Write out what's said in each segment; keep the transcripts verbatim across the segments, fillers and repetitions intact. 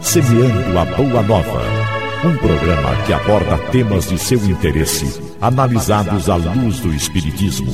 Semeando a Boa Nova, um programa que aborda temas de seu interesse, analisados à luz do Espiritismo.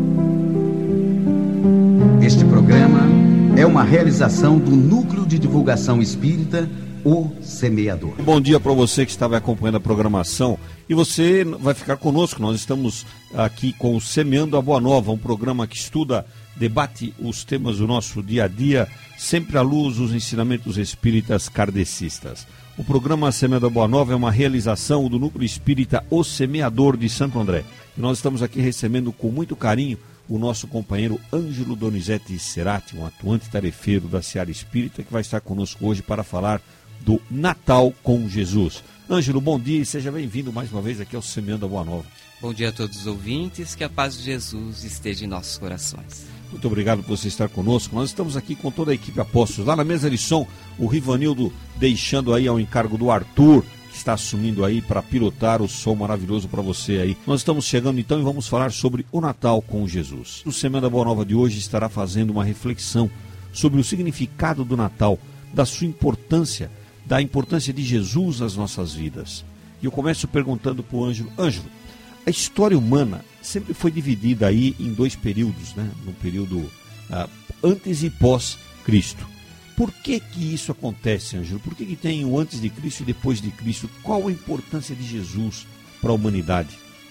Este programa é uma realização do Núcleo de Divulgação Espírita, O Semeador. Bom dia para você que estava acompanhando a programação e você vai ficar conosco. Nós estamos aqui com o Semeando a Boa Nova, um programa que estuda, debate os temas do nosso dia a dia, sempre à luz dos ensinamentos espíritas kardecistas. O programa Semeando a Boa Nova é uma realização do Núcleo Espírita O Semeador de Santo André. E nós estamos aqui recebendo com muito carinho o nosso companheiro Ângelo Donizete Cerati, um atuante tarefeiro da Seara Espírita, que vai estar conosco hoje para falar do Natal com Jesus. Ângelo, bom dia e seja bem-vindo mais uma vez aqui ao Semeando a Boa Nova. Bom dia a todos os ouvintes, que a paz de Jesus esteja em nossos corações. Muito obrigado por você estar conosco. Nós estamos aqui com toda a equipe Apóstolos. Lá na mesa de som, o Rivanildo deixando aí ao encargo do Arthur, que está assumindo aí para pilotar o som maravilhoso para você aí. Nós estamos chegando então e vamos falar sobre o Natal com Jesus. O Semeando a Boa Nova de hoje estará fazendo uma reflexão sobre o significado do Natal, da sua importância, da importância de Jesus nas nossas vidas. E eu começo perguntando para o Ângelo. Ângelo, a história humana sempre foi dividida aí em dois períodos, né? No período ah, antes e pós-Cristo. Por que que isso acontece, Ângelo? Por que que tem o antes de Cristo e depois de Cristo? Qual a importância de Jesus para a humanidade?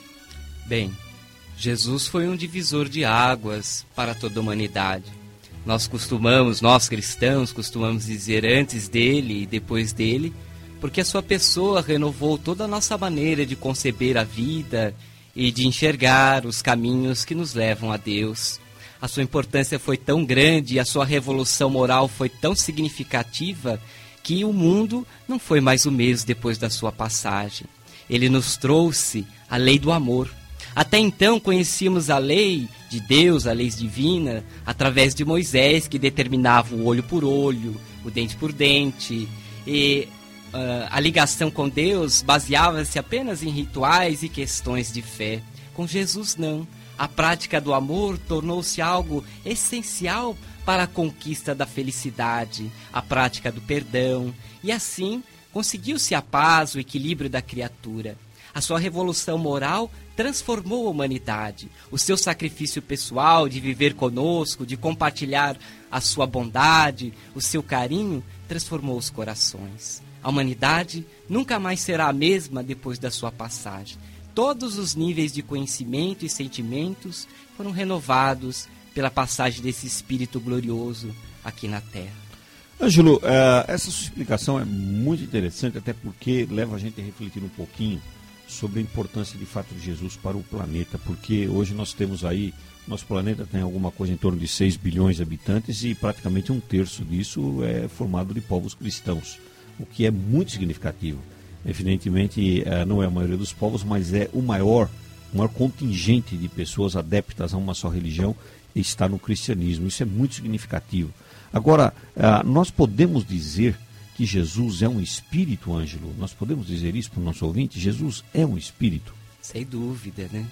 Bem, Jesus foi um divisor de águas para toda a humanidade. Nós costumamos, nós cristãos, costumamos dizer antes dele e depois dele, porque a sua pessoa renovou toda a nossa maneira de conceber a vida e de enxergar os caminhos que nos levam a Deus. A sua importância foi tão grande e a sua revolução moral foi tão significativa que o mundo não foi mais o mesmo depois da sua passagem. Ele nos trouxe a lei do amor. Até então conhecíamos a lei de Deus, a lei divina, através de Moisés, que determinava o olho por olho, o dente por dente. E uh, a ligação com Deus baseava-se apenas em rituais e questões de fé. Com Jesus, não. A prática do amor tornou-se algo essencial para a conquista da felicidade, a prática do perdão. E assim, conseguiu-se a paz, o equilíbrio da criatura. A sua revolução moral transformou a humanidade. O seu sacrifício pessoal de viver conosco, de compartilhar a sua bondade, o seu carinho, transformou os corações. A humanidade nunca mais será a mesma depois da sua passagem. Todos os níveis de conhecimento e sentimentos foram renovados pela passagem desse Espírito glorioso aqui na Terra. Ângelo, uh, essa sua explicação é muito interessante, até porque leva a gente a refletir um pouquinho sobre a importância de fato de Jesus para o planeta, porque hoje nós temos aí, nosso planeta tem alguma coisa em torno de seis bilhões de habitantes e praticamente um terço disso é formado de povos cristãos, o que é muito significativo. Evidentemente não é a maioria dos povos, mas é o maior, o maior contingente de pessoas adeptas a uma só religião está no cristianismo, isso é muito significativo. Agora, nós podemos dizer que Jesus é um espírito, Ângelo? Nós podemos dizer isso para o nosso ouvinte? Jesus é um espírito? Sem dúvida, né?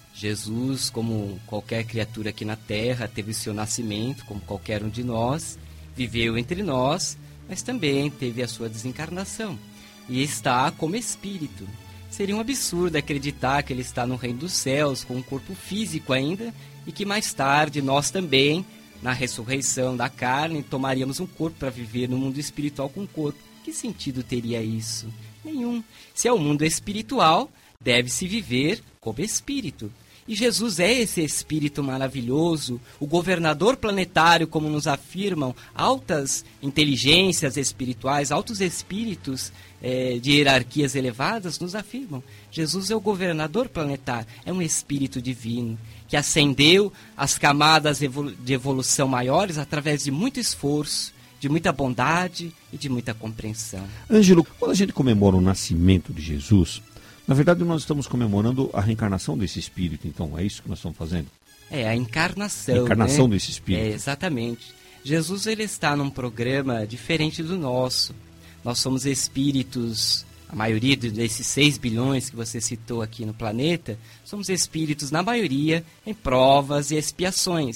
Jesus, como qualquer criatura aqui na Terra, teve seu nascimento, como qualquer um de nós, viveu entre nós, mas também teve a sua desencarnação. E está como espírito. Seria um absurdo acreditar que ele está no reino dos céus, com um corpo físico ainda, e que mais tarde nós também, na ressurreição da carne, tomaríamos um corpo para viver no mundo espiritual com um corpo. Que sentido teria isso? Nenhum. Se é o mundo espiritual, deve-se viver como espírito. E Jesus é esse espírito maravilhoso, o governador planetário, como nos afirmam altas inteligências espirituais, altos espíritos eh, de hierarquias elevadas, nos afirmam. Jesus é o governador planetário, é um espírito divino, que ascendeu às camadas de evolução maiores através de muito esforço, de muita bondade e de muita compreensão. Ângelo, quando a gente comemora o nascimento de Jesus, na verdade nós estamos comemorando a reencarnação desse espírito, então é isso que nós estamos fazendo? É, a encarnação. A encarnação, né, desse espírito. É, exatamente. Jesus, ele está num programa diferente do nosso. Nós somos espíritos, a maioria desses seis bilhões que você citou aqui no planeta, somos espíritos, na maioria, em provas e expiações.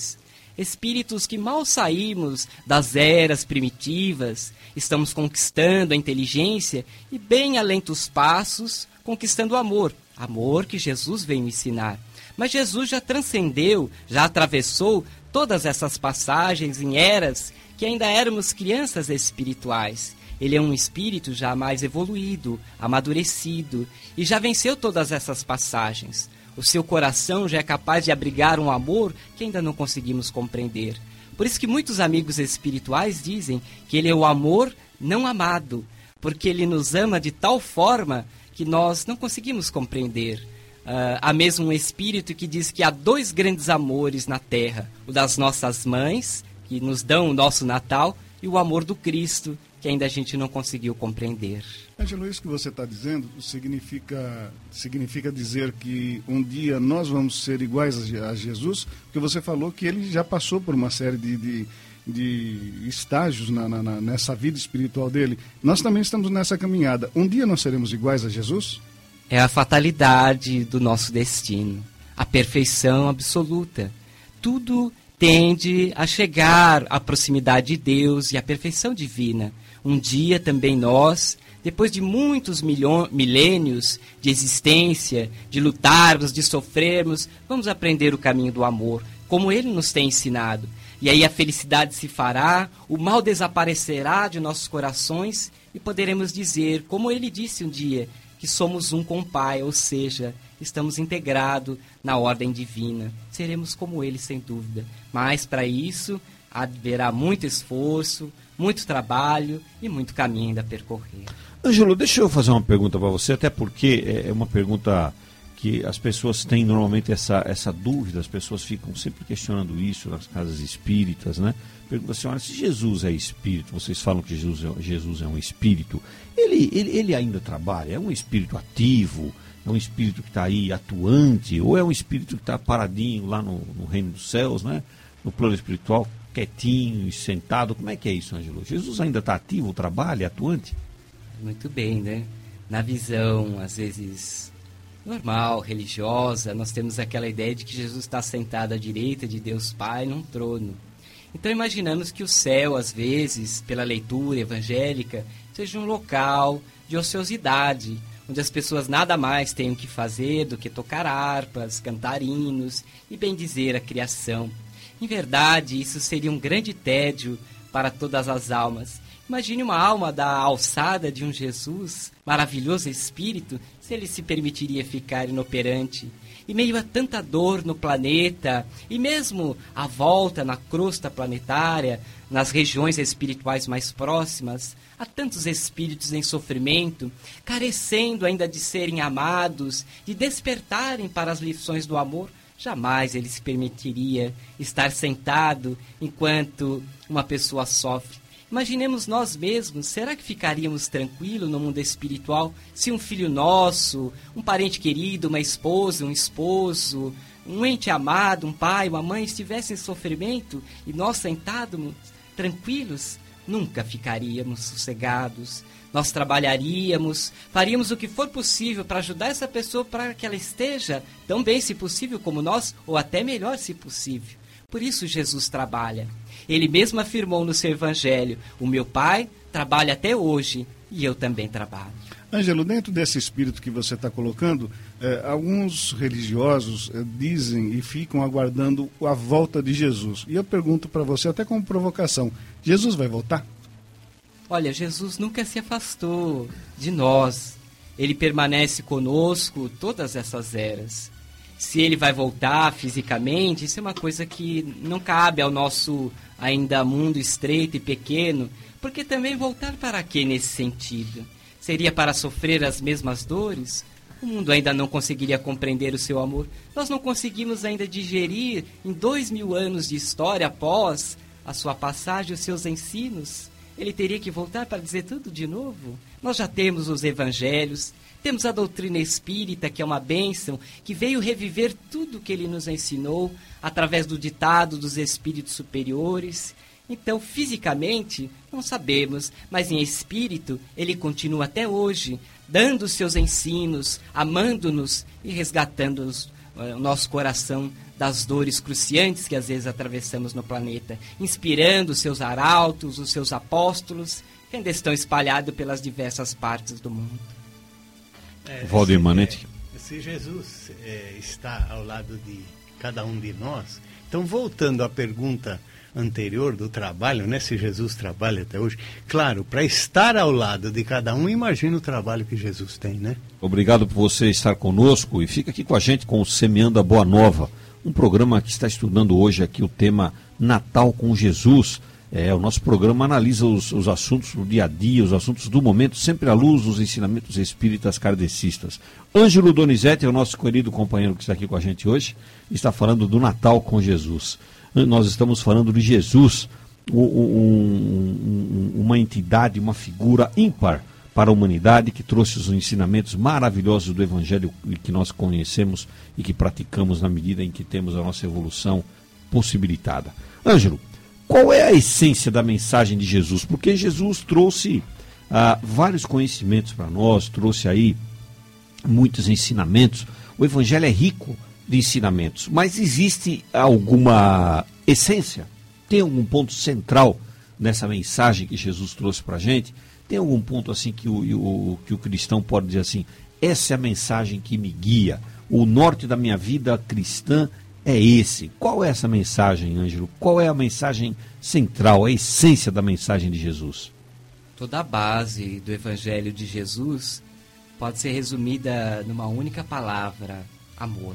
espíritos que mal saímos das eras primitivas, estamos conquistando a inteligência e, bem a lentos passos, conquistando o amor. Amor que Jesus veio ensinar. Mas Jesus já transcendeu, já atravessou todas essas passagens em eras que ainda éramos crianças espirituais. Ele é um espírito já mais evoluído, amadurecido, e já venceu todas essas passagens. O seu coração já é capaz de abrigar um amor que ainda não conseguimos compreender. Por isso que muitos amigos espirituais dizem que ele é o amor não amado, porque ele nos ama de tal forma que nós não conseguimos compreender. Uh, há mesmo um espírito que diz que há dois grandes amores na Terra, o das nossas mães, que nos dão o nosso Natal, e o amor do Cristo, que ainda a gente não conseguiu compreender. Ângelo, isso que você está dizendo significa, significa dizer que um dia nós vamos ser iguais a Jesus, porque você falou que ele já passou por uma série de, de, de estágios na, na, nessa vida espiritual dele. Nós também estamos nessa caminhada. Um dia nós seremos iguais a Jesus? É a fatalidade do nosso destino, a perfeição absoluta. Tudo tende a chegar à proximidade de Deus e à perfeição divina. Um dia também nós, depois de muitos milho- milênios de existência, de lutarmos, de sofrermos, vamos aprender o caminho do amor, como Ele nos tem ensinado. E aí a felicidade se fará, o mal desaparecerá de nossos corações e poderemos dizer, como Ele disse um dia, que somos um com o Pai, ou seja, estamos integrados na ordem divina. Seremos como Ele, sem dúvida. Mas, para isso, haverá muito esforço, muito trabalho e muito caminho ainda a percorrer. Ângelo, deixa eu fazer uma pergunta para você, até porque é uma pergunta que as pessoas têm normalmente essa, essa dúvida, as pessoas ficam sempre questionando isso nas casas espíritas, né? Pergunta assim, olha, se Jesus é espírito, vocês falam que Jesus é, Jesus é um espírito, ele, ele, ele ainda trabalha? É um espírito ativo? É um espírito que está aí atuante? Ou é um espírito que está paradinho lá no, no reino dos céus, né? No plano espiritual, quietinho e sentado? Como é que é isso, Ângelo? Jesus ainda está ativo, trabalha, atuante? Muito bem, né? Na visão, às vezes, normal, religiosa, nós temos aquela ideia de que Jesus está sentado à direita de Deus Pai num trono. Então imaginamos que o céu, às vezes, pela leitura evangélica, seja um local de ociosidade, onde as pessoas nada mais têm o que fazer do que tocar harpas, cantar hinos e bendizer a criação. Em verdade, isso seria um grande tédio para todas as almas. Imagine uma alma da alçada de um Jesus, maravilhoso espírito, se ele se permitiria ficar inoperante. E meio a tanta dor no planeta, e mesmo à volta na crosta planetária, nas regiões espirituais mais próximas, há tantos espíritos em sofrimento, carecendo ainda de serem amados, de despertarem para as lições do amor. Jamais ele se permitiria estar sentado enquanto uma pessoa sofre. Imaginemos nós mesmos, será que ficaríamos tranquilos no mundo espiritual se um filho nosso, um parente querido, uma esposa, um esposo, um ente amado, um pai, uma mãe estivessem em sofrimento e nós sentados tranquilos? Nunca ficaríamos sossegados. Nós trabalharíamos, faríamos o que for possível para ajudar essa pessoa para que ela esteja tão bem, se possível, como nós, ou até melhor, se possível. Por isso Jesus trabalha. Ele mesmo afirmou no seu evangelho, o meu Pai trabalha até hoje e eu também trabalho. Ângelo, dentro desse espírito que você está colocando, eh, alguns religiosos eh, dizem e ficam aguardando a volta de Jesus. E eu pergunto para você, até como provocação, Jesus vai voltar? Olha, Jesus nunca se afastou de nós. Ele permanece conosco todas essas eras. Se ele vai voltar fisicamente, isso é uma coisa que não cabe ao nosso ainda mundo estreito e pequeno, porque também voltar para quê nesse sentido? Seria para sofrer as mesmas dores? O mundo ainda não conseguiria compreender o seu amor. Nós não conseguimos ainda digerir, em dois mil anos de história após a sua passagem, os seus ensinos. Ele teria que voltar para dizer tudo de novo? Nós já temos os evangelhos, temos a doutrina espírita, que é uma bênção, que veio reviver tudo o que ele nos ensinou através do ditado dos espíritos superiores. Então, fisicamente, não sabemos, mas em espírito, ele continua até hoje, dando os seus ensinos, amando-nos e resgatando-nos uh, o nosso coração das dores cruciantes que às vezes atravessamos no planeta, inspirando os seus arautos, os seus apóstolos, que ainda estão espalhados pelas diversas partes do mundo. É, Valdir se, Manente. é, se Jesus é, está ao lado de cada um de nós, então voltando à pergunta anterior do trabalho, né? Se Jesus trabalha até hoje, claro, para estar ao lado de cada um, imagina o trabalho que Jesus tem, né? Obrigado por você estar conosco e fica aqui com a gente com o Semeando a Boa Nova, um programa que está estudando hoje aqui o tema Natal com Jesus. É, o nosso programa analisa os, os assuntos do dia a dia, os assuntos do momento, sempre à luz dos ensinamentos espíritas kardecistas. Ângelo Donizete é o nosso querido companheiro que está aqui com a gente hoje, está falando do Natal com Jesus. Nós estamos falando de Jesus, um, um, uma entidade, uma figura ímpar para a humanidade, que trouxe os ensinamentos maravilhosos do Evangelho que nós conhecemos e que praticamos na medida em que temos a nossa evolução possibilitada. Ângelo, qual é a essência da mensagem de Jesus? Porque Jesus trouxe ah, vários conhecimentos para nós, trouxe aí muitos ensinamentos. O Evangelho é rico de ensinamentos, mas existe alguma essência? Tem algum ponto central nessa mensagem que Jesus trouxe para a gente? Tem algum ponto assim que o, o, que o cristão pode dizer assim, essa é a mensagem que me guia, o norte da minha vida cristã é esse? Qual é essa mensagem, Ângelo? Qual é a mensagem central, a essência da mensagem de Jesus? Toda a base do Evangelho de Jesus pode ser resumida numa única palavra: amor.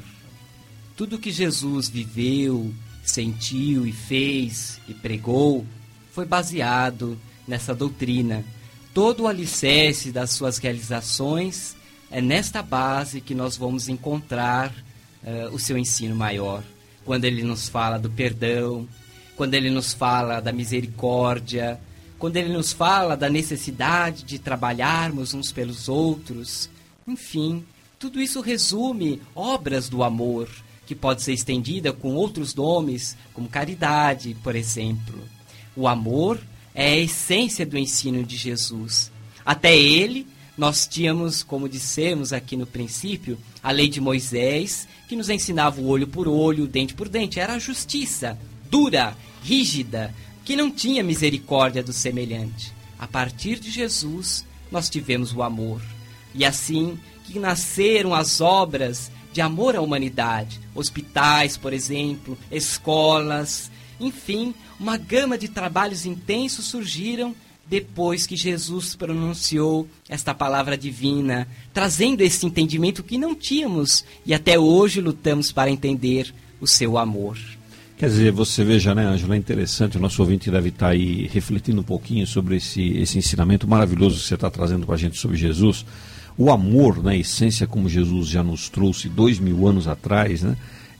Tudo que Jesus viveu, sentiu e fez e pregou foi baseado nessa doutrina. Todo o alicerce das suas realizações é nesta base que nós vamos encontrar uh, o seu ensino maior. Quando ele nos fala do perdão, quando ele nos fala da misericórdia, quando ele nos fala da necessidade de trabalharmos uns pelos outros. Enfim, tudo isso resume obras do amor, que pode ser estendida com outros nomes, como caridade, por exemplo. O amor é a essência do ensino de Jesus. Até ele, nós tínhamos, como dissemos aqui no princípio, a lei de Moisés, que nos ensinava o olho por olho, dente por dente. Era a justiça, dura, rígida, que não tinha misericórdia do semelhante. A partir de Jesus, nós tivemos o amor. E assim que nasceram as obras de amor à humanidade, hospitais, por exemplo, escolas, enfim, uma gama de trabalhos intensos surgiram depois que Jesus pronunciou esta palavra divina, trazendo esse entendimento que não tínhamos e até hoje lutamos para entender o seu amor. Quer dizer, você veja, né, Ângelo, é interessante, o nosso ouvinte deve estar aí refletindo um pouquinho sobre esse, esse ensinamento maravilhoso que você está trazendo para a gente sobre Jesus. O amor, na essência, como Jesus já nos trouxe dois mil anos atrás, né,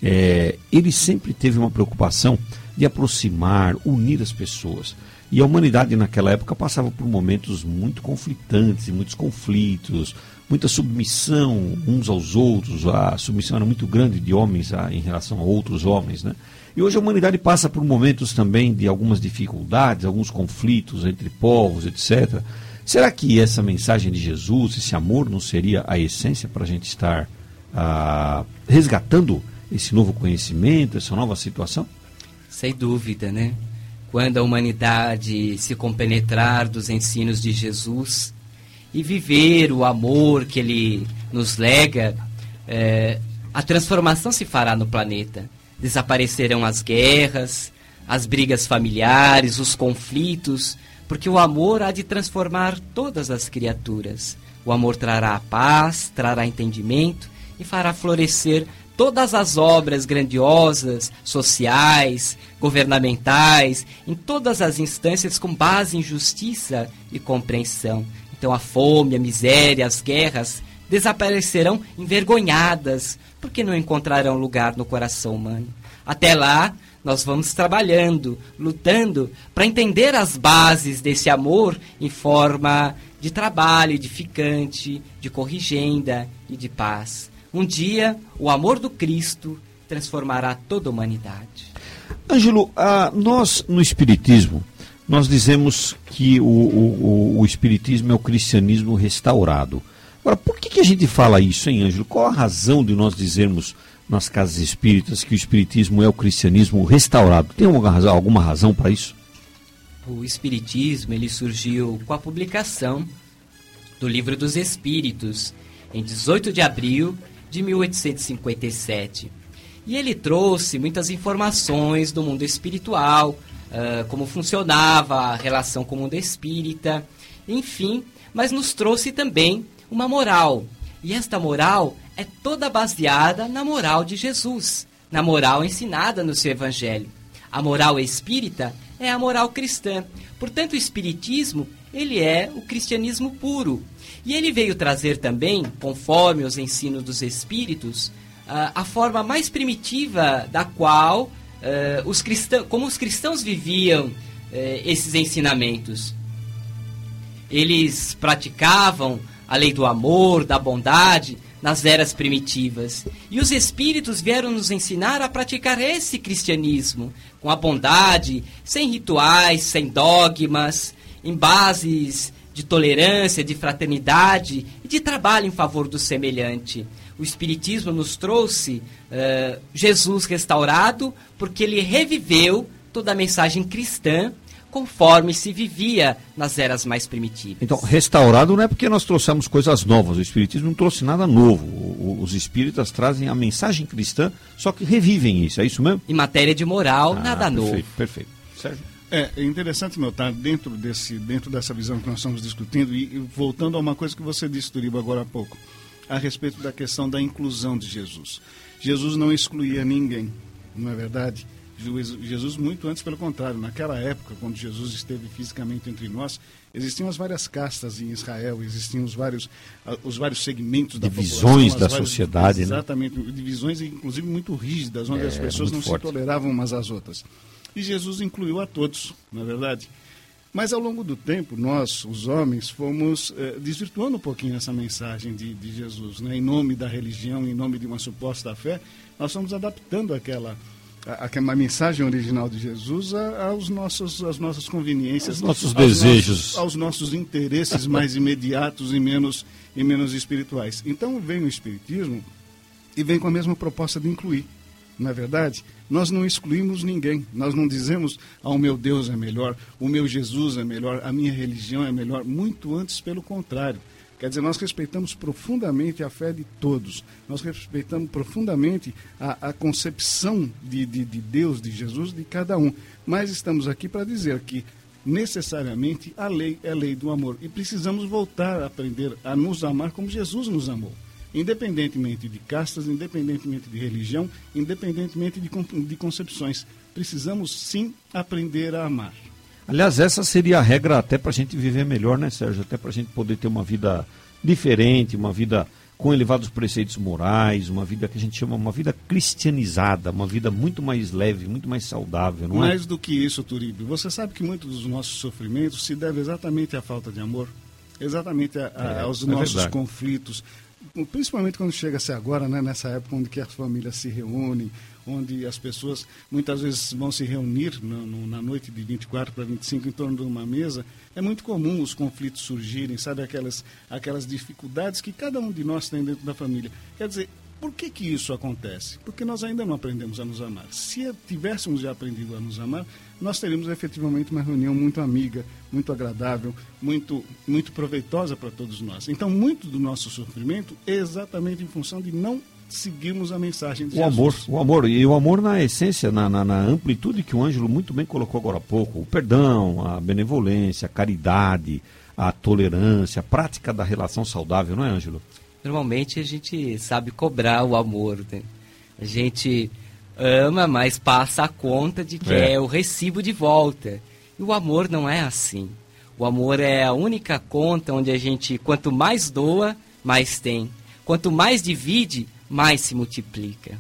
é, ele sempre teve uma preocupação de aproximar, unir as pessoas. E a humanidade naquela época passava por momentos muito conflitantes, muitos conflitos, muita submissão uns aos outros. A submissão era muito grande de homens a, em relação a outros homens, né? E hoje a humanidade passa por momentos também de algumas dificuldades, alguns conflitos entre povos, etcétera. Será que essa mensagem de Jesus, esse amor, não seria a essência para a gente estar ah, resgatando esse novo conhecimento, essa nova situação? Sem dúvida, né? Quando a humanidade se compenetrar dos ensinos de Jesus e viver o amor que ele nos lega, é, a transformação se fará no planeta. Desaparecerão as guerras, as brigas familiares, os conflitos, porque o amor há de transformar todas as criaturas. O amor trará paz, trará entendimento e fará florescer todas as obras grandiosas, sociais, governamentais, em todas as instâncias com base em justiça e compreensão. Então a fome, a miséria, as guerras desaparecerão envergonhadas, porque não encontrarão lugar no coração humano. Até lá, nós vamos trabalhando, lutando para entender as bases desse amor em forma de trabalho edificante, de corrigenda e de paz. Um dia, o amor do Cristo transformará toda a humanidade. Ângelo, ah, nós no Espiritismo, nós dizemos que o, o, o Espiritismo é o cristianismo restaurado. Agora, por que, que a gente fala isso, hein, Ângelo? Qual a razão de nós dizermos nas casas espíritas que o espiritismo é o cristianismo restaurado. Tem alguma razão, alguma razão para isso? O espiritismo ele surgiu com a publicação do Livro dos Espíritos, em dezoito de abril de mil oitocentos e cinquenta e sete. E ele trouxe muitas informações do mundo espiritual, uh, como funcionava a relação com o mundo espírita, enfim, mas nos trouxe também uma moral. E esta moral é toda baseada na moral de Jesus, na moral ensinada no seu Evangelho. A moral espírita é a moral cristã. Portanto, o espiritismo, ele é o cristianismo puro. E ele veio trazer também, conforme os ensinos dos espíritos, a, a forma mais primitiva da qual, uh, os cristãos, como os cristãos viviam uh, esses ensinamentos. Eles praticavam a lei do amor, da bondade, nas eras primitivas. E os espíritos vieram nos ensinar a praticar esse cristianismo, com a bondade, sem rituais, sem dogmas, em bases de tolerância, de fraternidade e de trabalho em favor do semelhante. O espiritismo nos trouxe uh, Jesus restaurado, porque ele reviveu toda a mensagem cristã, conforme se vivia nas eras mais primitivas. Então, restaurado não é porque nós trouxemos coisas novas. O espiritismo não trouxe nada novo. O, o, os espíritas trazem a mensagem cristã, só que revivem isso. É isso mesmo? Em matéria de moral, ah, nada perfeito, novo. Perfeito. Sérgio? É, é interessante notar, dentro, desse, dentro dessa visão que nós estamos discutindo, e, e voltando a uma coisa que você disse, Turiba, agora há pouco, a respeito da questão da inclusão de Jesus. Jesus não excluía ninguém, não é verdade? Jesus, muito antes, pelo contrário, naquela época, quando Jesus esteve fisicamente entre nós, existiam as várias castas em Israel, existiam os vários, os vários segmentos da divisões população. Divisões da várias, sociedade, exatamente, né? Divisões, inclusive, muito rígidas, onde é, as pessoas não forte. se toleravam umas às outras. E Jesus incluiu a todos, não é verdade? Mas, ao longo do tempo, nós, os homens, fomos eh, desvirtuando um pouquinho essa mensagem de, de Jesus, né? Em nome da religião, em nome de uma suposta fé, nós fomos adaptando aquela... a mensagem original de Jesus aos nossos, às nossas conveniências, aos nossos aos desejos, nossos, aos nossos interesses mais imediatos e menos, e menos espirituais. Então vem o Espiritismo e vem com a mesma proposta de incluir. Na verdade, nós não excluímos ninguém, nós não dizemos, ah, o meu Deus é melhor, o meu Jesus é melhor, a minha religião é melhor, muito antes pelo contrário. Quer dizer, nós respeitamos profundamente a fé de todos, nós respeitamos profundamente a, a concepção de, de, de Deus, de Jesus, de cada um. Mas estamos aqui para dizer que, necessariamente, a lei é a lei do amor. E precisamos voltar a aprender a nos amar como Jesus nos amou. Independentemente de castas, independentemente de religião, independentemente de, de concepções. Precisamos, sim, aprender a amar. Aliás, essa seria a regra até para a gente viver melhor, né, Sérgio? Até para a gente poder ter uma vida diferente, uma vida com elevados preceitos morais, uma vida que a gente chama uma vida cristianizada, uma vida muito mais leve, muito mais saudável, não é? Mais do que isso, Turíbio, você sabe que muitos dos nossos sofrimentos se devem exatamente à falta de amor, exatamente a, a, é, aos é nossos verdade. conflitos, principalmente quando chega-se agora, né, nessa época onde que as famílias se reúnem, onde as pessoas muitas vezes vão se reunir no, no, na noite de vinte e quatro para vinte e cinco em torno de uma mesa, é muito comum os conflitos surgirem, sabe, aquelas, aquelas dificuldades que cada um de nós tem dentro da família. Quer dizer, por que que isso acontece? Porque nós ainda não aprendemos a nos amar. Se tivéssemos já aprendido a nos amar, nós teríamos efetivamente uma reunião muito amiga, muito agradável, muito, muito proveitosa para todos nós. Então, muito do nosso sofrimento é exatamente em função de não seguirmos a mensagem de o Jesus. Amor, o amor, e o amor na essência, na, na, na amplitude que o Ângelo muito bem colocou agora há pouco, o perdão, a benevolência, a caridade, a tolerância, a prática da relação saudável, não é, Ângelo? Normalmente a gente sabe cobrar o amor, né? A gente ama, mas passa a conta de que é. é o recibo de volta. E o amor não é assim. O amor é a única conta onde a gente, quanto mais doa, mais tem. Quanto mais divide, mais se multiplica.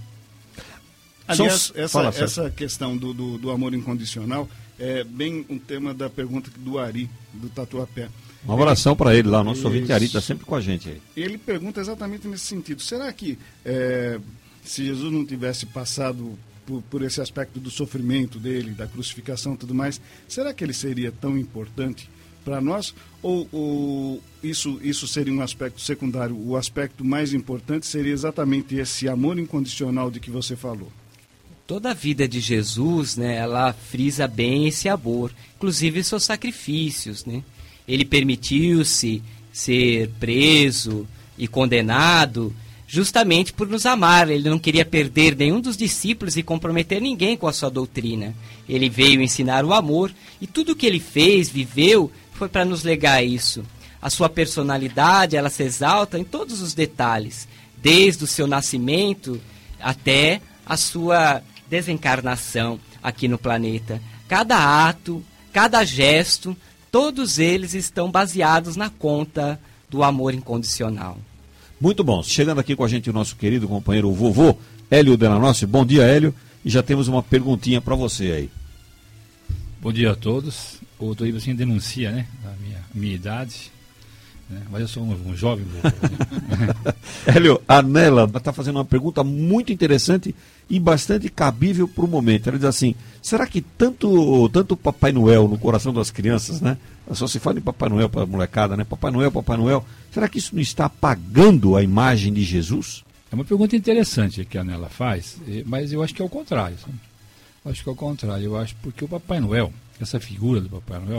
Aliás, essa, essa questão do, do, do amor incondicional é bem um tema da pergunta do Ari, do Tatuapé. Uma oração para ele lá, o nosso ouvinte Ari está sempre com a gente aí. Ele pergunta exatamente nesse sentido. Será que é, se Jesus não tivesse passado por, por esse aspecto do sofrimento dele, da crucificação e tudo mais, será que ele seria tão importante para nós, ou, ou isso, isso seria um aspecto secundário? O aspecto mais importante seria exatamente esse amor incondicional de que você falou? Toda a vida de Jesus, né, ela frisa bem esse amor, inclusive seus sacrifícios, né? Ele permitiu-se ser preso e condenado justamente por nos amar. Ele não queria perder nenhum dos discípulos e comprometer ninguém com a sua doutrina. Ele veio ensinar o amor e tudo que ele fez, viveu, foi para nos legar isso. A sua personalidade, ela se exalta em todos os detalhes, desde o seu nascimento até a sua desencarnação aqui no planeta. Cada ato, cada gesto, todos eles estão baseados na conta do amor incondicional. Muito bom. Chegando aqui com a gente o nosso querido companheiro, o vovô Hélio Delanossi. Bom dia, Hélio. E já temos uma perguntinha para você aí. Bom dia a todos. O doutor Ivo assim denuncia, né, a minha, a minha idade, né, mas eu sou um, um jovem vovô. Né? Hélio, a Nela está fazendo uma pergunta muito interessante e bastante cabível para o momento. Ela diz assim, será que tanto, tanto Papai Noel no coração das crianças, né? Só se fala em Papai Noel para a molecada, né? Papai Noel, Papai Noel. Será que isso não está apagando a imagem de Jesus? É uma pergunta interessante que a Nela faz, mas eu acho que é o contrário. Sabe? Eu acho que é o contrário. Eu acho porque o Papai Noel, essa figura do Papai Noel,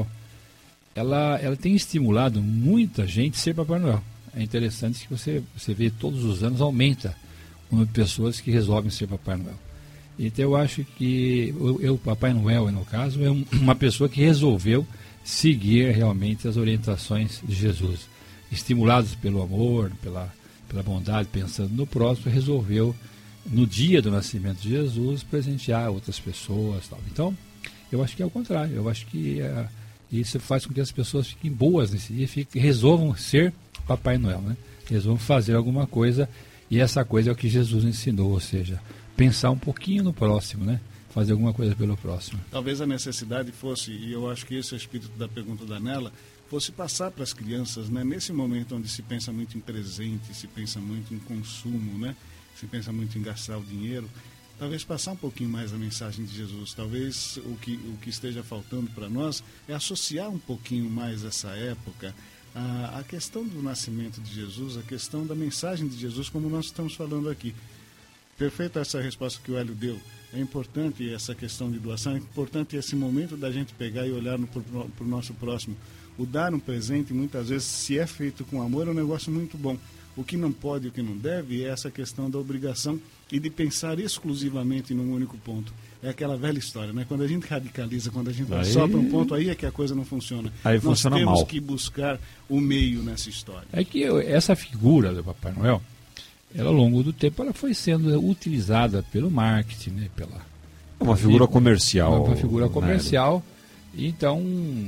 ela, ela tem estimulado muita gente a ser Papai Noel. É interessante que você, você vê todos os anos aumenta o número de pessoas que resolvem ser Papai Noel. Então eu acho que o Papai Noel, no caso, é um, uma pessoa que resolveu seguir realmente as orientações de Jesus. Estimulados pelo amor, pela, pela bondade, pensando no próximo, resolveu, no dia do nascimento de Jesus, presentear outras pessoas. Tal. Então, eu acho que é o contrário. Eu acho que é, isso faz com que as pessoas fiquem boas nesse dia, fiquem, resolvam ser Papai Noel, né? Resolvam fazer alguma coisa, e essa coisa é o que Jesus ensinou, ou seja, pensar um pouquinho no próximo, né? Fazer alguma coisa pelo próximo. Talvez a necessidade fosse, e eu acho que esse é o espírito da pergunta da Nela, fosse passar para as crianças, né? Nesse momento onde se pensa muito em presente, se pensa muito em consumo, né? Se pensa muito em gastar o dinheiro, talvez passar um pouquinho mais a mensagem de Jesus. Talvez o que, o que esteja faltando para nós é associar um pouquinho mais essa época a, a questão do nascimento de Jesus, a questão da mensagem de Jesus, como nós estamos falando aqui. Perfeita essa resposta que o Hélio deu. É importante essa questão de doação, é importante esse momento da gente pegar e olhar para o nosso próximo. O dar um presente, muitas vezes, se é feito com amor, é um negócio muito bom. O que não pode e o que não deve é essa questão da obrigação e de pensar exclusivamente num único ponto. É aquela velha história, né? Quando a gente radicaliza, quando a gente vai só para um ponto, aí é que a coisa não funciona. Aí Nós funciona temos mal. que buscar o meio nessa história. É que eu, essa figura do Papai Noel, ela, ao longo do tempo, ela foi sendo utilizada pelo marketing, né? Pela, É uma figura comercial. Uma figura comercial. Né? Então,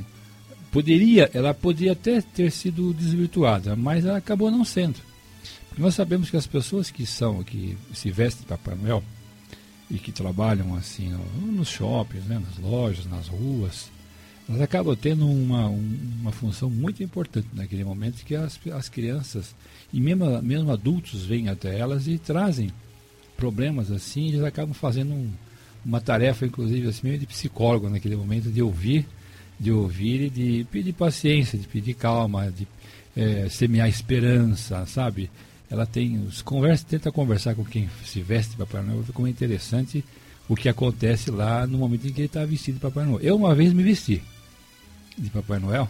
poderia, ela poderia até ter sido desvirtuada, mas ela acabou não sendo. Porque nós sabemos que as pessoas que são, que se vestem de Papai Noel e que trabalham assim no, nos shoppings, né? Nas lojas, nas ruas, elas acabam tendo uma, uma função muito importante naquele momento, que as, as crianças e mesmo, mesmo adultos vêm até elas e trazem problemas assim, e eles acabam fazendo um, uma tarefa, inclusive, assim, meio de psicólogo naquele momento, de ouvir, de ouvir e de pedir paciência, de pedir calma, de é, semear esperança, sabe? Ela tem, conversa, tenta conversar com quem se veste de Papai Noel, como é interessante o que acontece lá no momento em que ele está vestido de Papai Noel. Eu uma vez me vesti de Papai Noel,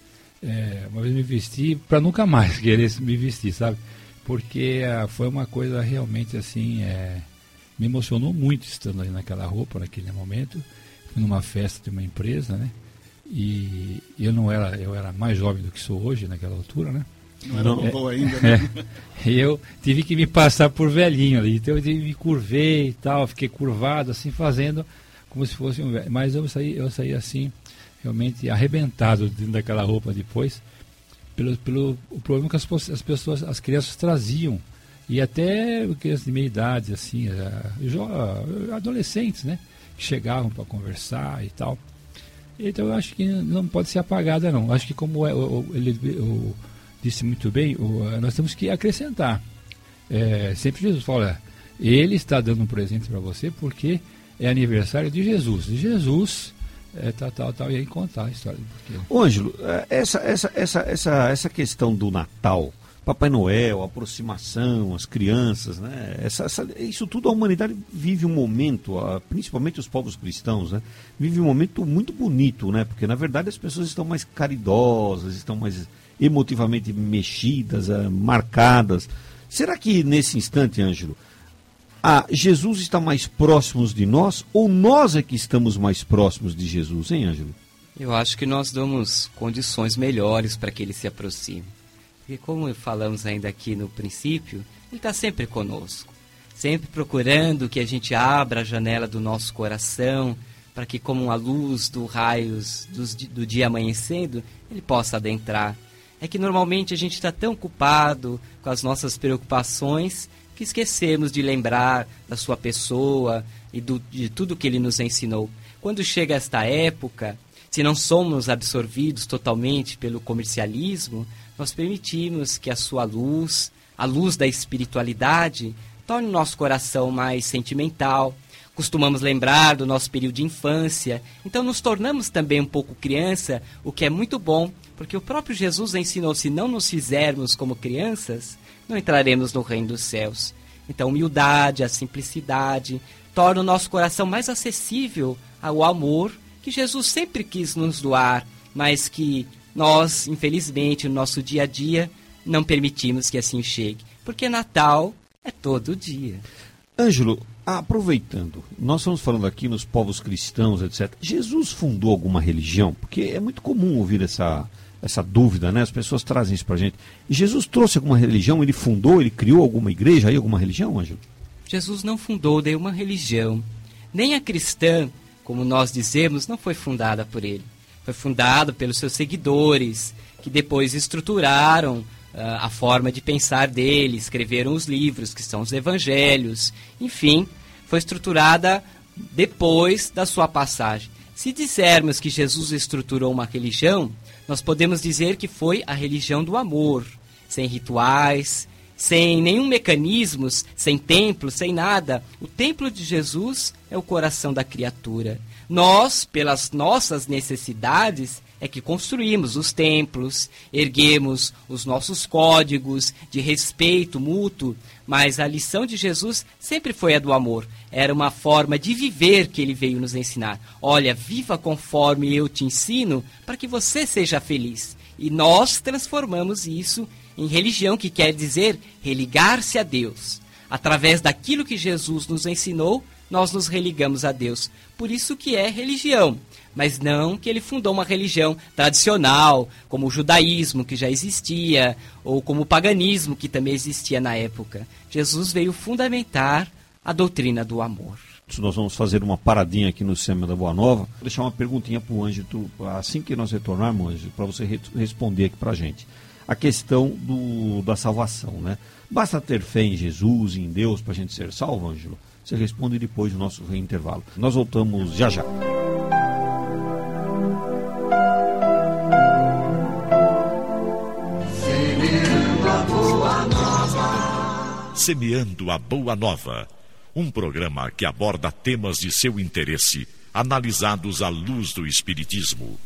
é, uma vez me vesti para nunca mais querer me vestir, sabe? Porque ah, foi uma coisa realmente assim, é, me emocionou muito estando ali naquela roupa, naquele momento. Fui numa festa de uma empresa, né? E eu não era, eu era mais jovem do que sou hoje naquela altura, né? Não era vovô é, ainda, né? É, eu tive que me passar por velhinho ali, então eu tive, me curvei e tal, fiquei curvado assim, fazendo como se fosse um velho. Mas eu saí, eu saí assim, realmente arrebentado dentro daquela roupa depois, pelo, pelo o problema que as, as pessoas, as crianças traziam, e até crianças de meia idade, assim, adolescentes, né? Que chegavam para conversar e tal. Então eu acho que não pode ser apagada, não. Acho que como ele o, disse muito bem, o, nós temos que acrescentar. É, sempre Jesus fala, ele está dando um presente para você porque é aniversário de Jesus. E Jesus é, tal, tal, tal, e aí contar a história. Porque... Ô, Ângelo, essa, essa, essa, essa, essa questão do Natal, Papai Noel, a aproximação, as crianças, né? Essa, essa, isso tudo a humanidade vive um momento, principalmente os povos cristãos, né? Vive um momento muito bonito, né? Porque na verdade as pessoas estão mais caridosas, estão mais emotivamente mexidas, marcadas. Será que nesse instante, Ângelo, ah, Jesus está mais próximo de nós ou nós é que estamos mais próximos de Jesus, hein, Ângelo? Eu acho que nós damos condições melhores para que ele se aproxime. Porque como falamos ainda aqui no princípio, ele está sempre conosco, sempre procurando que a gente abra a janela do nosso coração, para que como a luz do raios do, do dia amanhecendo, ele possa adentrar. É que normalmente a gente está tão ocupado com as nossas preocupações que esquecemos de lembrar da sua pessoa e do, de tudo que ele nos ensinou. Quando chega esta época, se não somos absorvidos totalmente pelo comercialismo, nós permitimos que a sua luz, a luz da espiritualidade, torne o nosso coração mais sentimental. Costumamos lembrar do nosso período de infância, então nos tornamos também um pouco criança, o que é muito bom, porque o próprio Jesus ensinou, se não nos fizermos como crianças, não entraremos no reino dos céus. Então, a humildade, a simplicidade, torna o nosso coração mais acessível ao amor que Jesus sempre quis nos doar, mas que nós, infelizmente, no nosso dia a dia, não permitimos que assim chegue. Porque Natal é todo dia. Ângelo, aproveitando, nós estamos falando aqui nos povos cristãos, etcétera. Jesus fundou alguma religião? Porque é muito comum ouvir essa, essa dúvida, né? As pessoas trazem isso pra gente. E Jesus trouxe alguma religião? Ele fundou, ele criou alguma igreja aí, alguma religião, Ângelo? Jesus não fundou nenhuma religião. Nem a cristã, como nós dizemos, não foi fundada por ele. Foi fundada pelos seus seguidores, que depois estruturaram uh, a forma de pensar dele, escreveram os livros, que são os evangelhos. Enfim, foi estruturada depois da sua passagem. Se dissermos que Jesus estruturou uma religião, nós podemos dizer que foi a religião do amor, sem rituais, sem nenhum mecanismo, sem templo, sem nada. O templo de Jesus é o coração da criatura. Nós, pelas nossas necessidades, é que construímos os templos, erguemos os nossos códigos de respeito mútuo, mas a lição de Jesus sempre foi a do amor. Era uma forma de viver que ele veio nos ensinar. Olha, viva conforme eu te ensino, para que você seja feliz. E nós transformamos isso em religião, que quer dizer religar-se a Deus. Através daquilo que Jesus nos ensinou, nós nos religamos a Deus. Por isso que é religião, mas não que ele fundou uma religião tradicional, como o judaísmo, que já existia, ou como o paganismo, que também existia na época. Jesus veio fundamentar a doutrina do amor. Nós vamos fazer uma paradinha aqui no Sêmen da Boa Nova. Vou deixar uma perguntinha para o Ângelo, assim que nós retornarmos, Ângelo, para você re- responder aqui para a gente. A questão do, da salvação, né? Basta ter fé em Jesus e em Deus para a gente ser salvo, Ângelo? Você responde depois do nosso intervalo. Nós voltamos já já. Semeando a Boa Nova. Semeando a Boa Nova. Um programa que aborda temas de seu interesse, analisados à luz do Espiritismo.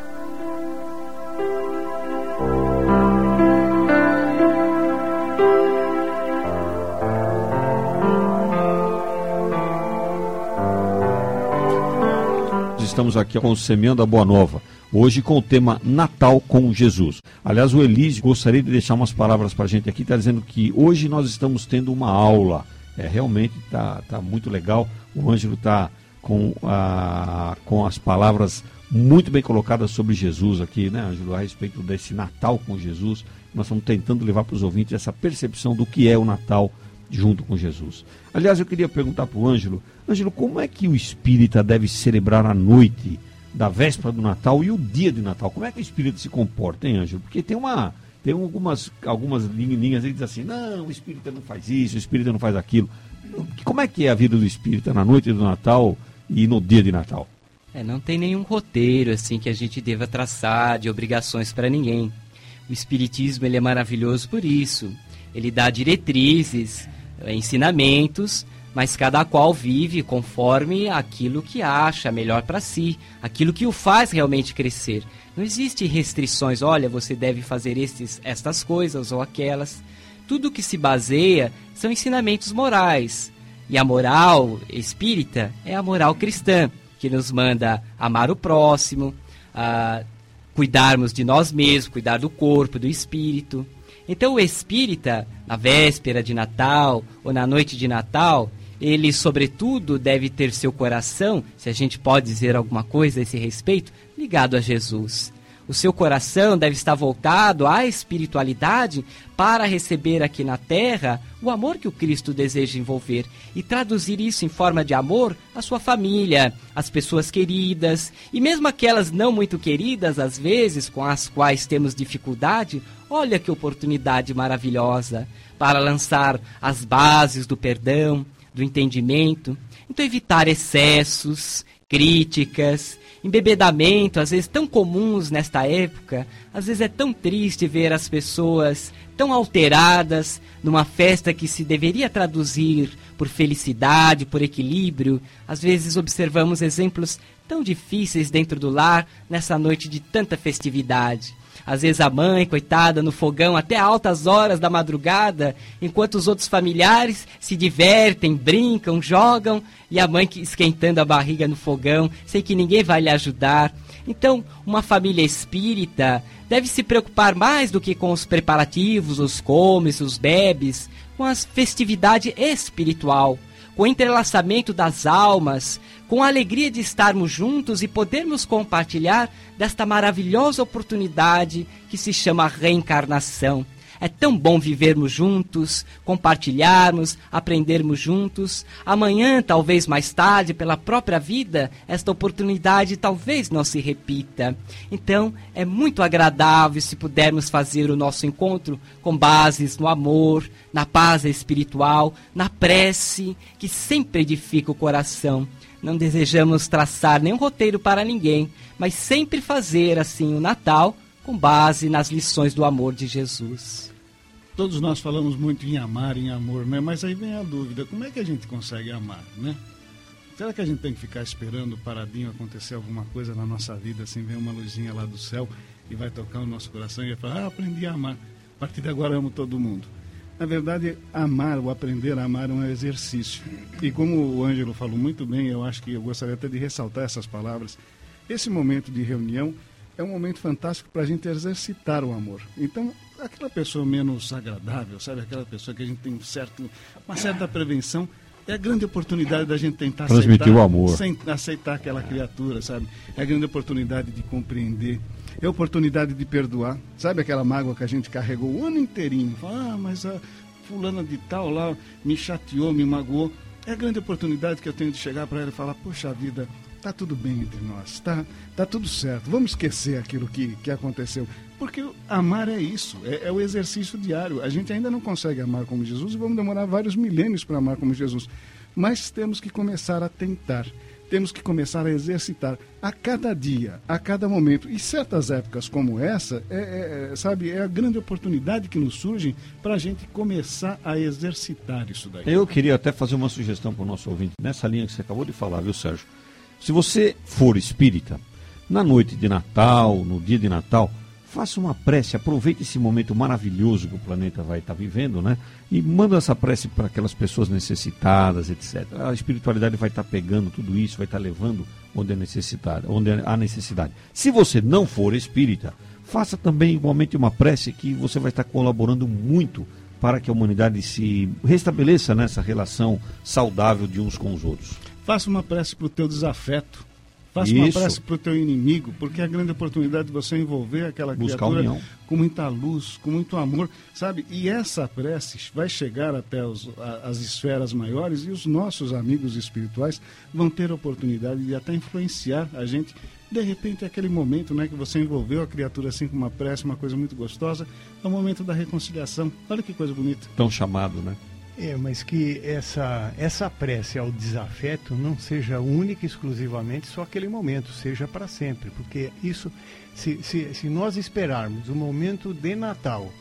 Estamos aqui com o Semeando a Boa Nova, hoje com o tema Natal com Jesus. Aliás, o Elísio gostaria de deixar umas palavras para a gente aqui, está dizendo que hoje nós estamos tendo uma aula. É, realmente está tá muito legal, o Ângelo está com, a, com as palavras muito bem colocadas sobre Jesus aqui, né, Ângelo, a respeito desse Natal com Jesus. Nós estamos tentando levar para os ouvintes essa percepção do que é o Natal junto com Jesus. Aliás, eu queria perguntar para o Ângelo, Ângelo, como é que o espírita deve celebrar a noite da véspera do Natal e o dia de Natal? Como é que o espírita se comporta, hein, Ângelo? Porque tem uma, tem algumas, algumas linhas aí que dizem assim, não, o espírita não faz isso, o espírita não faz aquilo. Como é que é a vida do espírita na noite do Natal e no dia de Natal? É, não tem nenhum roteiro assim que a gente deva traçar de obrigações para ninguém. O espiritismo, ele é maravilhoso por isso. Ele dá diretrizes, ensinamentos, mas cada qual vive conforme aquilo que acha melhor para si, aquilo que o faz realmente crescer. Não existe restrições, olha, você deve fazer estes, estas coisas ou aquelas. Tudo que se baseia são ensinamentos morais. E a moral espírita é a moral cristã, que nos manda amar o próximo, a cuidarmos de nós mesmos, cuidar do corpo, do espírito. Então o espírita, na véspera de Natal ou na noite de Natal, ele, sobretudo, deve ter seu coração, se a gente pode dizer alguma coisa a esse respeito, ligado a Jesus. O seu coração deve estar voltado à espiritualidade para receber aqui na terra o amor que o Cristo deseja envolver e traduzir isso em forma de amor à sua família, às pessoas queridas e mesmo aquelas não muito queridas, às vezes, com as quais temos dificuldade. Olha que oportunidade maravilhosa para lançar as bases do perdão, do entendimento. Então evitar excessos, críticas, embebedamento, às vezes tão comuns nesta época. Às vezes é tão triste ver as pessoas tão alteradas numa festa que se deveria traduzir por felicidade, por equilíbrio. Às vezes observamos exemplos tão difíceis dentro do lar nessa noite de tanta festividade. Às vezes a mãe, coitada, no fogão até altas horas da madrugada, enquanto os outros familiares se divertem, brincam, jogam, e a mãe esquentando a barriga no fogão, sem que ninguém vai lhe ajudar. Então, uma família espírita deve se preocupar mais do que com os preparativos, os comes, os bebes, com a festividade espiritual, com o entrelaçamento das almas, com a alegria de estarmos juntos e podermos compartilhar desta maravilhosa oportunidade que se chama reencarnação. É tão bom vivermos juntos, compartilharmos, aprendermos juntos. Amanhã, talvez mais tarde, pela própria vida, esta oportunidade talvez não se repita. Então, é muito agradável se pudermos fazer o nosso encontro com bases no amor, na paz espiritual, na prece, que sempre edifica o coração. Não desejamos traçar nenhum roteiro para ninguém, mas sempre fazer assim o Natal com base nas lições do amor de Jesus. Todos nós falamos muito em amar, em amor, né? Mas aí vem a dúvida, como é que a gente consegue amar, né? Será que a gente tem que ficar esperando paradinho acontecer alguma coisa na nossa vida, assim, vem uma luzinha lá do céu e vai tocar o nosso coração e vai falar, ah, aprendi a amar, a partir de agora eu amo todo mundo. Na verdade, amar, ou aprender a amar é um exercício. E como o Ângelo falou muito bem, eu acho que eu gostaria até de ressaltar essas palavras, esse momento de reunião é um momento fantástico para a gente exercitar o amor. Então, aquela pessoa menos agradável, sabe? Aquela pessoa que a gente tem um certo, uma certa prevenção, é a grande oportunidade da gente tentar transmitir aceitar, o amor. Sem, aceitar aquela criatura, sabe? É a grande oportunidade de compreender, é a oportunidade de perdoar. Sabe aquela mágoa que a gente carregou o ano inteirinho? Fala, ah, mas a fulana de tal lá me chateou, me magoou. É a grande oportunidade que eu tenho de chegar para ela e falar, poxa vida, tá tudo bem entre nós, tá, tá tudo certo, vamos esquecer aquilo que, que aconteceu. Porque amar é isso, é, é o exercício diário. A gente ainda não consegue amar como Jesus e vamos demorar vários milênios para amar como Jesus. Mas temos que começar a tentar, temos que começar a exercitar a cada dia, a cada momento. E certas épocas como essa, é, é, sabe, é a grande oportunidade que nos surge para a gente começar a exercitar isso daí. Eu queria até fazer uma sugestão para o nosso ouvinte, nessa linha que você acabou de falar, viu, Sérgio? Se você for espírita, na noite de Natal, no dia de Natal, faça uma prece, aproveite esse momento maravilhoso que o planeta vai estar vivendo, né? E manda essa prece para aquelas pessoas necessitadas, etcétera. A espiritualidade vai estar pegando tudo isso, vai estar levando onde é necessidade, onde há necessidade. Se você não for espírita, faça também igualmente uma prece que você vai estar colaborando muito para que a humanidade se restabeleça nessa relação saudável de uns com os outros. Faça uma prece para o teu desafeto. Faça Isso. uma prece para o teu inimigo, porque é a grande oportunidade de você envolver aquela Buscar criatura união. Com muita luz, com muito amor, sabe? E essa prece vai chegar até os, a, as esferas maiores e os nossos amigos espirituais vão ter a oportunidade de até influenciar a gente. De repente, aquele momento, né, que você envolveu a criatura assim com uma prece, uma coisa muito gostosa, é o momento da reconciliação. Olha que coisa bonita. Tão chamado, né? É, mas que essa, essa prece ao desafeto não seja única e exclusivamente só aquele momento, seja para sempre. Porque isso, se, se, se nós esperarmos o momento de Natal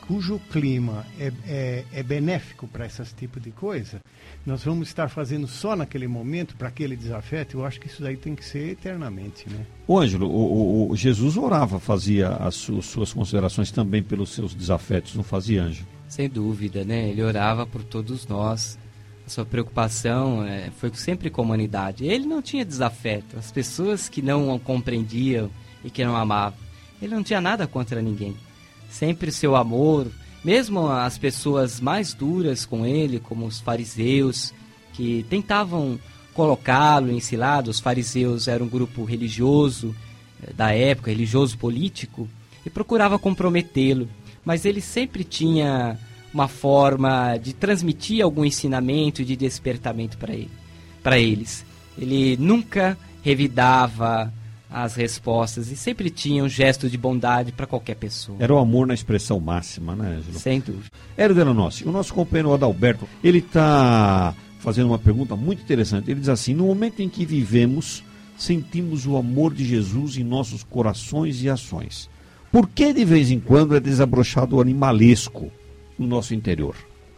cujo clima é, é, é benéfico para esse tipo de coisa, nós vamos estar fazendo só naquele momento, para aquele desafeto. Eu acho que isso daí tem que ser eternamente, né? Ô Ângelo, o, o Jesus orava, fazia as su, suas considerações também pelos seus desafetos, não fazia, Ângelo? Sem dúvida, né? Ele orava por todos nós. A sua preocupação é, foi sempre com a humanidade. Ele não tinha desafeto. As pessoas que não o compreendiam e que não amavam, ele não tinha nada contra ninguém. Sempre seu amor, mesmo as pessoas mais duras com ele, como os fariseus, que tentavam colocá-lo em cilada. Os fariseus eram um grupo religioso da época, religioso político, e procurava comprometê-lo. Mas ele sempre tinha uma forma de transmitir algum ensinamento e de despertamento para ele, para eles. Ele nunca revidava as respostas e sempre tinha um gesto de bondade para qualquer pessoa. Era o amor na expressão máxima, né, Ângelo? Sem dúvida. Hélio Delanossi, o nosso companheiro Adalberto, ele está fazendo uma pergunta muito interessante. Ele diz assim: no momento em que vivemos, sentimos o amor de Jesus em nossos corações e ações. Por que de vez em quando é desabrochado o animalesco no nosso interior?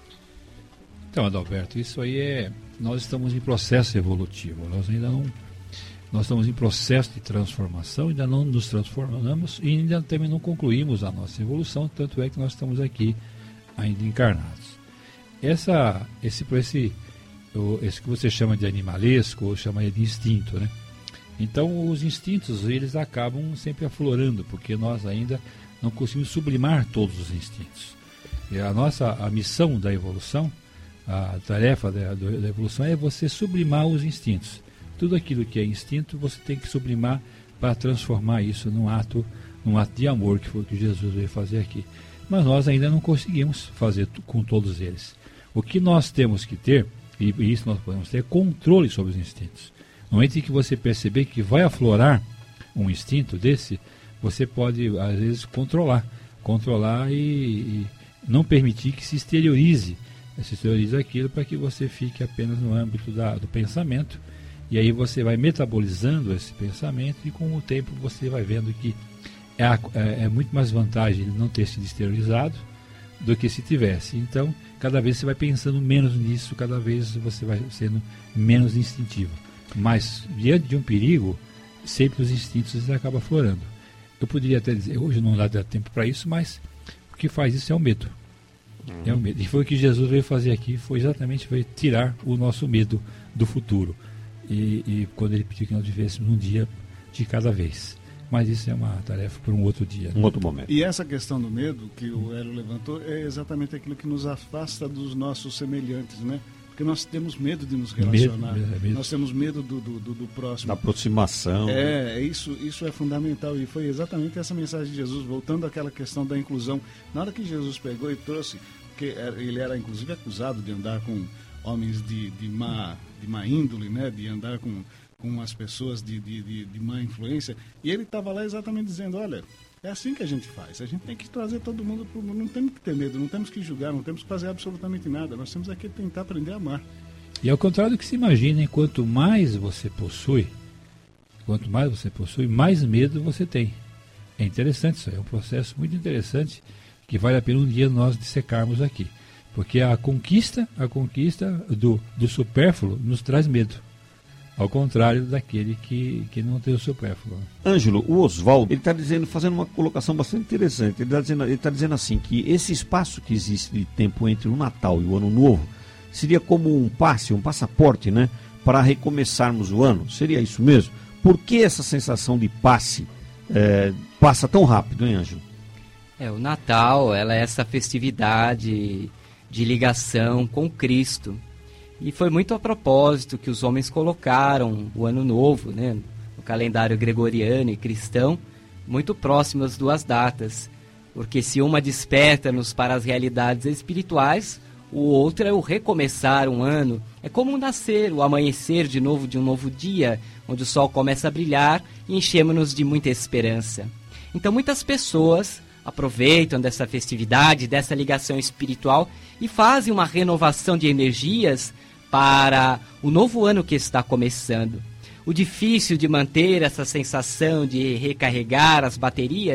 Então, Adalberto, isso aí é... Nós estamos em processo evolutivo. Nós ainda não... Nós estamos em processo de transformação, ainda não nos transformamos e ainda também não concluímos a nossa evolução, tanto é que nós estamos aqui ainda encarnados. Essa, esse, esse, esse que você chama de animalesco, ou chama de instinto, né? Então, os instintos, eles acabam sempre aflorando, porque nós ainda não conseguimos sublimar todos os instintos. E a nossa a missão da evolução, a tarefa da, da evolução é você sublimar os instintos. Tudo aquilo que é instinto, você tem que sublimar para transformar isso num ato, num ato de amor, que foi o que Jesus veio fazer aqui. Mas nós ainda não conseguimos fazer com todos eles. O que nós temos que ter, e isso nós podemos ter, é controle sobre os instintos. No momento em que você perceber que vai aflorar um instinto desse, você pode, às vezes, controlar. Controlar e, e não permitir que se exteriorize, se exteriorize aquilo para que você fique apenas no âmbito da, do pensamento. E aí você vai metabolizando esse pensamento e com o tempo você vai vendo que é, é, é muito mais vantagem ele não ter sido exteriorizado do que se tivesse. Então, cada vez você vai pensando menos nisso, cada vez você vai sendo menos instintivo. Mas, diante de um perigo, sempre os instintos acabam aflorando. Eu poderia até dizer, hoje não dá tempo para isso, mas o que faz isso é o medo. Uhum. É o medo. E foi o que Jesus veio fazer aqui, foi exatamente veio tirar o nosso medo do futuro. E, e quando ele pediu que nós vivêssemos um dia de cada vez. Mas isso é uma tarefa para um outro dia. Um outro momento. E essa questão do medo que o Hélio levantou é exatamente aquilo que nos afasta dos nossos semelhantes, né? Porque nós temos medo de nos relacionar, medo, medo, medo. Nós temos medo do, do, do, do próximo. Da aproximação. É, isso, isso é fundamental e foi exatamente essa mensagem de Jesus, voltando àquela questão da inclusão. Na hora que Jesus pegou e trouxe, porque ele era inclusive acusado de andar com homens de, de, má, de má índole, né? De andar com, com as pessoas de, de, de, de má influência, e ele estava lá exatamente dizendo, olha... É assim que a gente faz. A gente tem que trazer todo mundo para o mundo. Não temos que ter medo, não temos que julgar, não temos que fazer absolutamente nada. Nós temos aqui que tentar aprender a amar. E ao contrário do que se imagina, hein? Quanto mais você possui, quanto mais você possui, mais medo você tem. É interessante isso aí, é um processo muito interessante que vale a pena um dia nós dissecarmos aqui. Porque a conquista, a conquista do, do supérfluo nos traz medo. Ao contrário daquele que, que não tem o supérfluo. Ângelo, o Oswaldo, ele está dizendo, fazendo uma colocação bastante interessante. Ele está dizendo, ele tá dizendo assim, que esse espaço que existe de tempo entre o Natal e o Ano Novo seria como um passe, um passaporte, né? Para recomeçarmos o ano. Seria isso mesmo? Por que essa sensação de passe é, passa tão rápido, hein, Ângelo? É, o Natal, ela é essa festividade de ligação com Cristo. E foi muito a propósito que os homens colocaram o Ano Novo, né, no calendário gregoriano e cristão, muito próximo às duas datas. Porque se uma desperta-nos para as realidades espirituais, o outro é o recomeçar um ano. É como o nascer, o amanhecer de novo de um novo dia, onde o sol começa a brilhar e enchemos-nos de muita esperança. Então muitas pessoas aproveitam dessa festividade, dessa ligação espiritual e fazem uma renovação de energias para o novo ano que está começando. O difícil de manter essa sensação de recarregar as baterias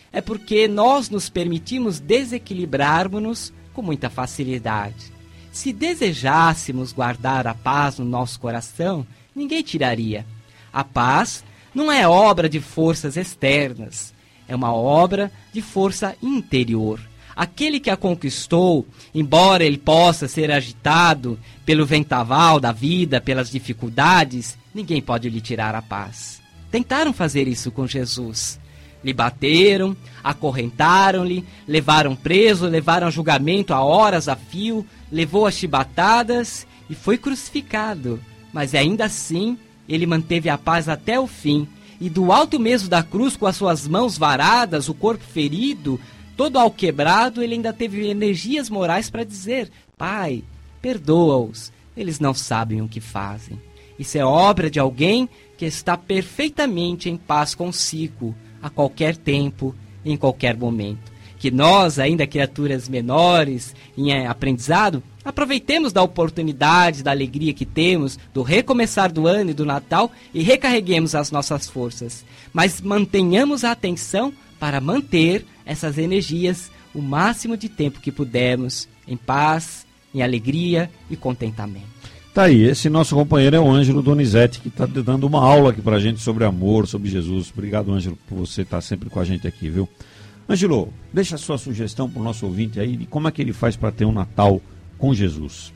é porque nós nos permitimos desequilibrarmos-nos com muita facilidade. Se desejássemos guardar a paz no nosso coração, ninguém tiraria. A paz não é obra de forças externas, é uma obra de força interior. Aquele que a conquistou, embora ele possa ser agitado pelo vendaval da vida, pelas dificuldades, ninguém pode lhe tirar a paz. Tentaram fazer isso com Jesus. Lhe bateram, acorrentaram-lhe, levaram preso, levaram a julgamento a horas a fio, levou as chibatadas e foi crucificado. Mas ainda assim, ele manteve a paz até o fim. E do alto mesmo da cruz, com as suas mãos varadas, o corpo ferido, todo alquebrado, ele ainda teve energias morais para dizer: Pai, perdoa-os, eles não sabem o que fazem. Isso é obra de alguém que está perfeitamente em paz consigo, a qualquer tempo, em qualquer momento. Que nós, ainda criaturas menores, em aprendizado, aproveitemos da oportunidade, da alegria que temos, do recomeçar do ano e do Natal e recarreguemos as nossas forças. Mas mantenhamos a atenção para manter essas energias o máximo de tempo que pudermos, em paz, em alegria e contentamento. Tá aí, esse nosso companheiro é o Ângelo Donizete, que está dando uma aula aqui pra gente sobre amor, sobre Jesus. Obrigado, Ângelo, por você estar sempre com a gente aqui, viu? Ângelo, deixa a sua sugestão pro nosso ouvinte aí de como é que ele faz para ter um Natal com Jesus.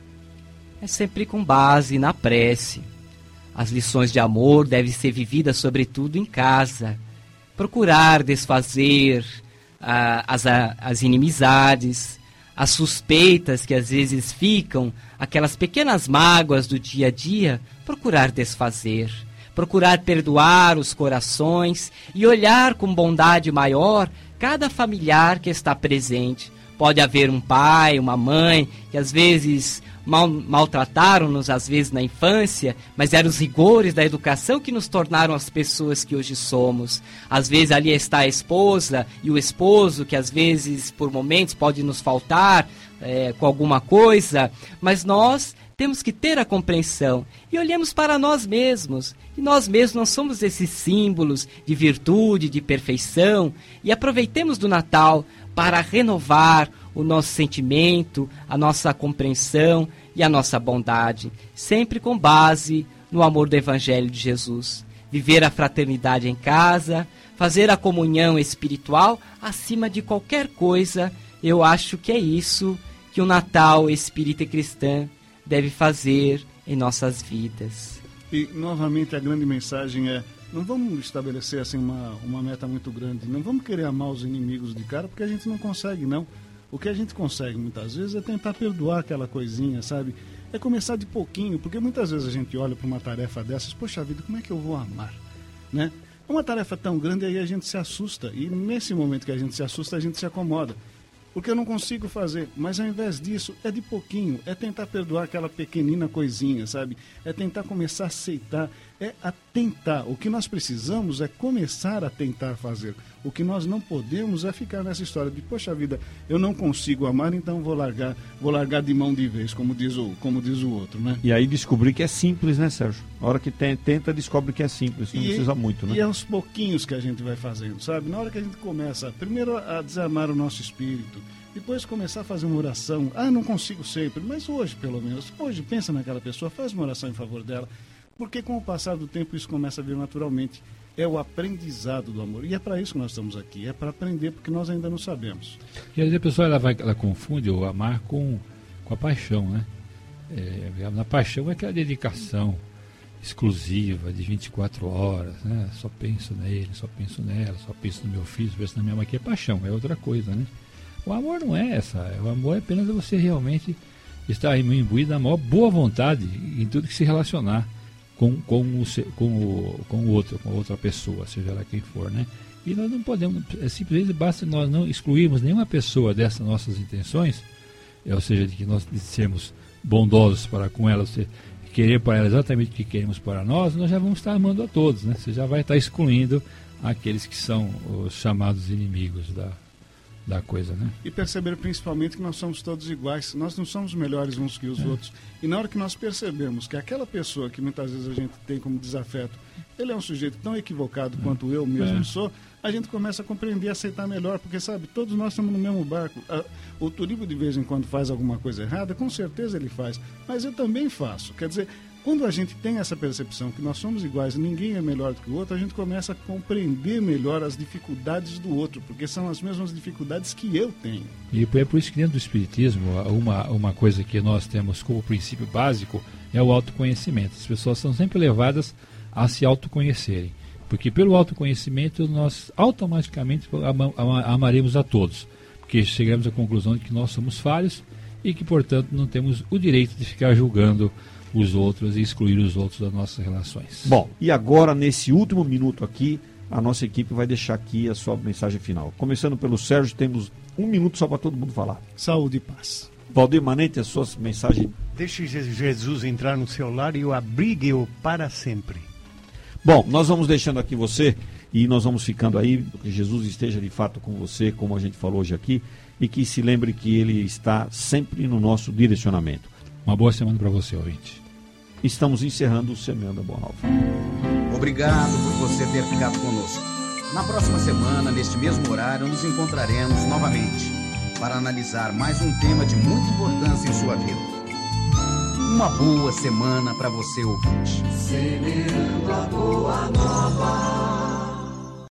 É sempre com base na prece. As lições de amor devem ser vividas sobretudo em casa. Procurar desfazer ah, as, as inimizades, as suspeitas que às vezes ficam, aquelas pequenas mágoas do dia a dia, procurar desfazer, procurar perdoar os corações e olhar com bondade maior cada familiar que está presente. Pode haver um pai, uma mãe, que às vezes mal, maltrataram-nos, às vezes na infância, mas eram os rigores da educação que nos tornaram as pessoas que hoje somos. Às vezes ali está a esposa e o esposo, que às vezes, por momentos, pode nos faltar é, com alguma coisa, mas nós temos que ter a compreensão e olhemos para nós mesmos. E nós mesmos não somos esses símbolos de virtude, de perfeição, e aproveitemos do Natal para renovar o nosso sentimento, a nossa compreensão e a nossa bondade, sempre com base no amor do Evangelho de Jesus. Viver a fraternidade em casa, fazer a comunhão espiritual acima de qualquer coisa, eu acho que é isso que o Natal espírita e cristã deve fazer em nossas vidas. E, novamente, a grande mensagem é: não vamos estabelecer assim uma, uma meta muito grande, não vamos querer amar os inimigos de cara, porque a gente não consegue, não. O que a gente consegue, muitas vezes, é tentar perdoar aquela coisinha, sabe? É começar de pouquinho, porque muitas vezes a gente olha para uma tarefa dessas, poxa vida, como é que eu vou amar, né? É uma tarefa tão grande, aí a gente se assusta, e nesse momento que a gente se assusta, a gente se acomoda. Porque eu não consigo fazer, mas ao invés disso, é de pouquinho, é tentar perdoar aquela pequenina coisinha, sabe? É tentar começar a aceitar, é a tentar. O que nós precisamos é começar a tentar fazer. O que nós não podemos é ficar nessa história de, poxa vida, eu não consigo amar, então vou largar, vou largar de mão de vez, como diz o, como diz o outro, né? E aí descobrir que é simples, né, Sérgio? A hora que tem, tenta, descobre que é simples, não e, precisa muito, né? E é aos pouquinhos que a gente vai fazendo, sabe? Na hora que a gente começa, primeiro a desarmar o nosso espírito, depois começar a fazer uma oração. Ah, não consigo sempre, mas hoje pelo menos, hoje pensa naquela pessoa, faz uma oração em favor dela, porque com o passar do tempo isso começa a vir naturalmente. É o aprendizado do amor. E é para isso que nós estamos aqui, é para aprender, porque nós ainda não sabemos. E às vezes a pessoa ela vai, ela confunde o amar com, com a paixão, né? É, na paixão é aquela dedicação exclusiva de vinte e quatro horas, né? Só penso nele, só penso nela, só penso no meu filho, só penso na minha mãe, que é paixão, é outra coisa, né? O amor não é essa, o amor é apenas você realmente estar imbuído da maior boa vontade em tudo que se relacionar com, com, o, com, o, com o outro, com outra pessoa, seja lá quem for, né? E nós não podemos, é simplesmente basta nós não excluirmos nenhuma pessoa dessas nossas intenções, é, ou seja, de que nós sermos bondosos para com ela, você querer para ela exatamente o que queremos para nós, nós já vamos estar amando a todos, né? Você já vai estar excluindo aqueles que são os chamados inimigos da da coisa, né? E perceber principalmente que nós somos todos iguais, nós não somos melhores uns que os é. outros. E na hora que nós percebemos que aquela pessoa que muitas vezes a gente tem como desafeto, ele é um sujeito tão equivocado é. quanto eu mesmo é. sou, a gente começa a compreender e aceitar melhor, porque sabe, todos nós estamos no mesmo barco. O Turíbio de vez em quando faz alguma coisa errada, com certeza ele faz, mas eu também faço. Quer dizer, quando a gente tem essa percepção que nós somos iguais e ninguém é melhor do que o outro, a gente começa a compreender melhor as dificuldades do outro, porque são as mesmas dificuldades que eu tenho. E é por isso que dentro do Espiritismo, uma, uma coisa que nós temos como princípio básico é o autoconhecimento. As pessoas são sempre levadas a se autoconhecerem, porque pelo autoconhecimento nós automaticamente ama, ama, amaremos a todos, porque chegamos à conclusão de que nós somos falhos e que, portanto, não temos o direito de ficar julgando os outros e excluir os outros das nossas relações. Bom, e agora, nesse último minuto aqui, a nossa equipe vai deixar aqui a sua mensagem final. Começando pelo Sérgio, temos um minuto só para todo mundo falar. Saúde e paz. Valdir Manente, a sua mensagem. Deixe Jesus entrar no seu lar e o abrigue-o para sempre. Bom, nós vamos deixando aqui você e nós vamos ficando aí, que Jesus esteja de fato com você, como a gente falou hoje aqui, e que se lembre que Ele está sempre no nosso direcionamento. Uma boa semana para você, ouvinte. Estamos encerrando o Semeando a Boa Nova. Obrigado por você ter ficado conosco. Na próxima semana, neste mesmo horário, nos encontraremos novamente para analisar mais um tema de muita importância em sua vida. Uma boa semana para você, ouvinte.